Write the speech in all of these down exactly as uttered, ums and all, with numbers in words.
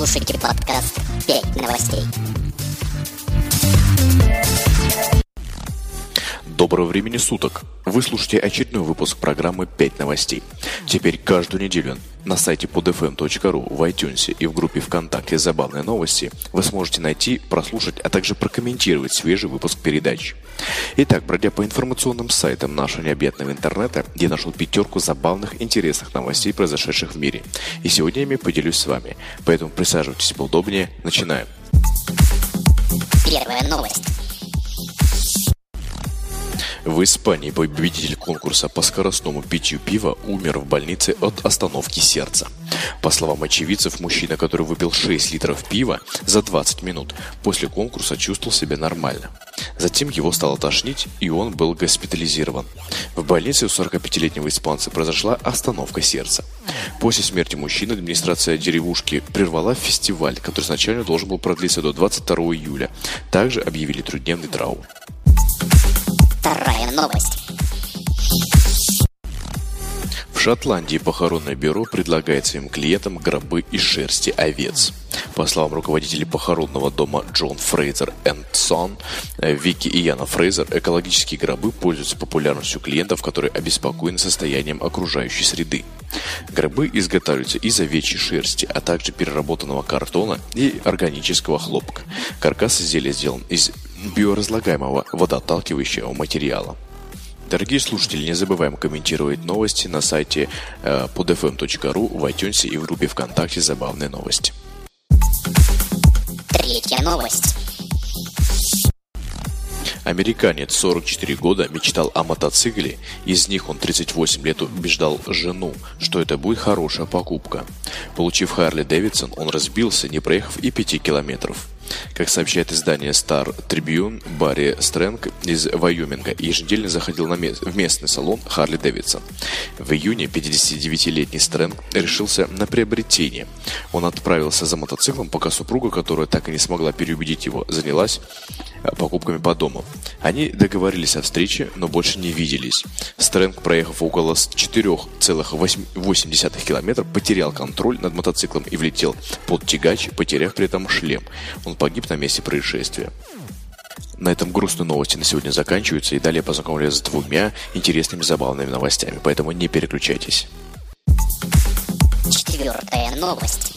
слушаете подкаст «пять новостей». Доброго времени суток! Вы слушаете очередной выпуск программы «пять новостей». Теперь каждую неделю на сайте под эф эм точка ру, в iTunes и в группе ВКонтакте «Забавные новости» вы сможете найти, прослушать, а также прокомментировать свежий выпуск передач. Итак, бродя по информационным сайтам нашего необъятного интернета, я нашел пятерку забавных, интересных новостей, произошедших в мире. И сегодня я ими поделюсь с вами. Поэтому присаживайтесь поудобнее. Начинаем. Первая новость. В Испании победитель конкурса по скоростному питью пива умер в больнице от остановки сердца. По словам очевидцев, мужчина, который выпил шесть литров пива за двадцать минут, после конкурса чувствовал себя нормально. Затем его стало тошнить, и он был госпитализирован. В больнице у сорокапятилетнего испанца произошла остановка сердца. После смерти мужчины администрация деревушки прервала фестиваль, который изначально должен был продлиться до двадцать второго июля. Также объявили трехдневный траур. Вторая новость. В Шотландии похоронное бюро предлагает своим клиентам гробы из шерсти овец. По словам руководителей похоронного дома Джон Фрейзер энд Сон, Вики и Яна Фрейзер, экологические гробы пользуются популярностью клиентов, которые обеспокоены состоянием окружающей среды. Гробы изготавливаются из овечьей шерсти, а также переработанного картона и органического хлопка. Каркас изделия сделан из биоразлагаемого водоотталкивающего материала. Дорогие слушатели, не забываем комментировать новости на сайте э, под эф эм точка ру, в iTunes и в группе ВКонтакте «Забавные новости». Третья новость. Американец, сорок четыре года, мечтал о мотоцикле. Из них он тридцать восемь лет убеждал жену, что это будет хорошая покупка. Получив Харли Дэвидсон, он разбился, не проехав и пяти километров. Как сообщает издание Star Tribune, Барри Стрэнг из Вайоминга еженедельно заходил на мест, в местный салон Харли Дэвидсон. В июне пятидесятидевятилетний Стрэнг решился на приобретение. Он отправился за мотоциклом, пока супруга, которая так и не смогла переубедить его, занялась покупками по дому. Они договорились о встрече, но больше не виделись. Стрэнг, проехав около четыре целых восемь десятых километра, потерял контроль над мотоциклом и влетел под тягач, потеряв при этом шлем. Он погиб на месте происшествия. На этом грустные новости на сегодня заканчиваются, и далее познакомлюсь с двумя интересными забавными новостями, поэтому не переключайтесь. Четвертая новость.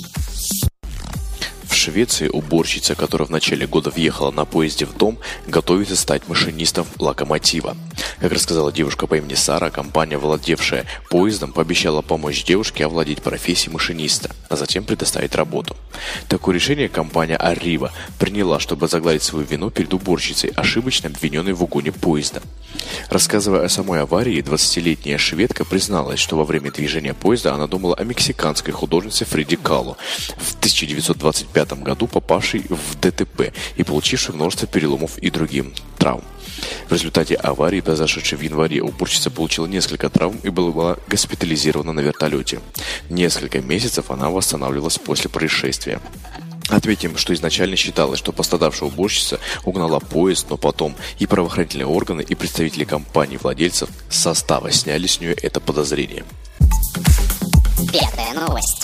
В Швеции уборщица, которая в начале года въехала на поезде в дом, готовится стать машинистом локомотива. Как рассказала девушка по имени Сара, компания, владевшая поездом, пообещала помочь девушке овладеть профессией машиниста, а затем предоставить работу. Такое решение компания Arriva приняла, чтобы загладить свою вину перед уборщицей, ошибочно обвиненной в угоне поезда. Рассказывая о самой аварии, двадцатилетняя шведка призналась, что во время движения поезда она думала о мексиканской художнице Фриде Кало, в тысяча девятьсот двадцать пятом году попавшей в дэ тэ пэ и получившей множество переломов и другим травм. В результате аварии, произошедшей в январе, уборщица получила несколько травм и была госпитализирована на вертолете. Несколько месяцев она восстанавливалась после происшествия. Отметим, что изначально считалось, что пострадавшая уборщица угнала поезд, но потом и правоохранительные органы, и представители компаний-владельцев состава сняли с нее это подозрение. Пятая новость.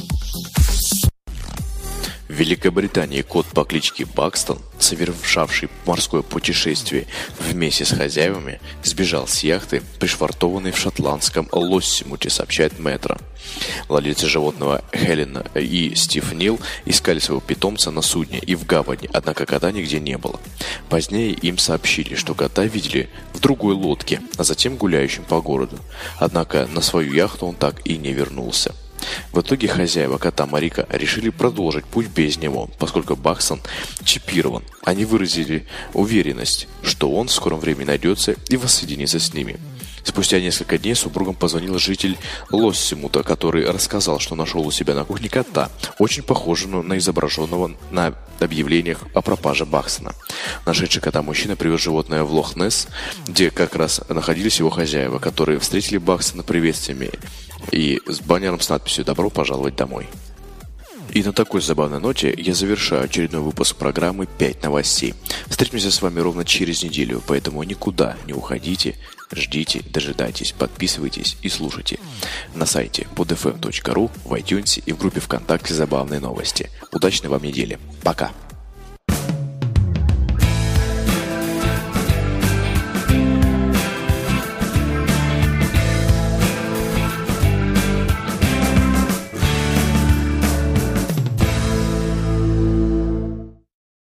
В Великобритании кот по кличке Бакстон, совершавший морское путешествие вместе с хозяевами, сбежал с яхты, пришвартованной в шотландском Лоссимуте, сообщает Метро. Владельцы животного Хелен и Стив Нил искали своего питомца на судне и в гавани, однако кота нигде не было. Позднее им сообщили, что кота видели в другой лодке, а затем гуляющим по городу. Однако на свою яхту он так и не вернулся. В итоге хозяева кота Марика решили продолжить путь без него, поскольку Бакстон чипирован. Они выразили уверенность, что он в скором времени найдется и воссоединится с ними. Спустя несколько дней супругам позвонил житель Лоссимута, который рассказал, что нашел у себя на кухне кота, очень похожего на изображенного на объявлениях о пропаже Бакстона. Нашедший кота мужчина привез животное в Лох-Несс, где как раз находились его хозяева, которые встретили Бакстона приветствиями и с баннером с надписью «Добро пожаловать домой». И на такой забавной ноте я завершаю очередной выпуск программы «пять новостей». Встретимся с вами ровно через неделю, поэтому никуда не уходите, ждите, дожидайтесь, подписывайтесь и слушайте на сайте под эф эм точка ру, в iTunes и в группе ВКонтакте «Забавные новости». Удачной вам недели. Пока!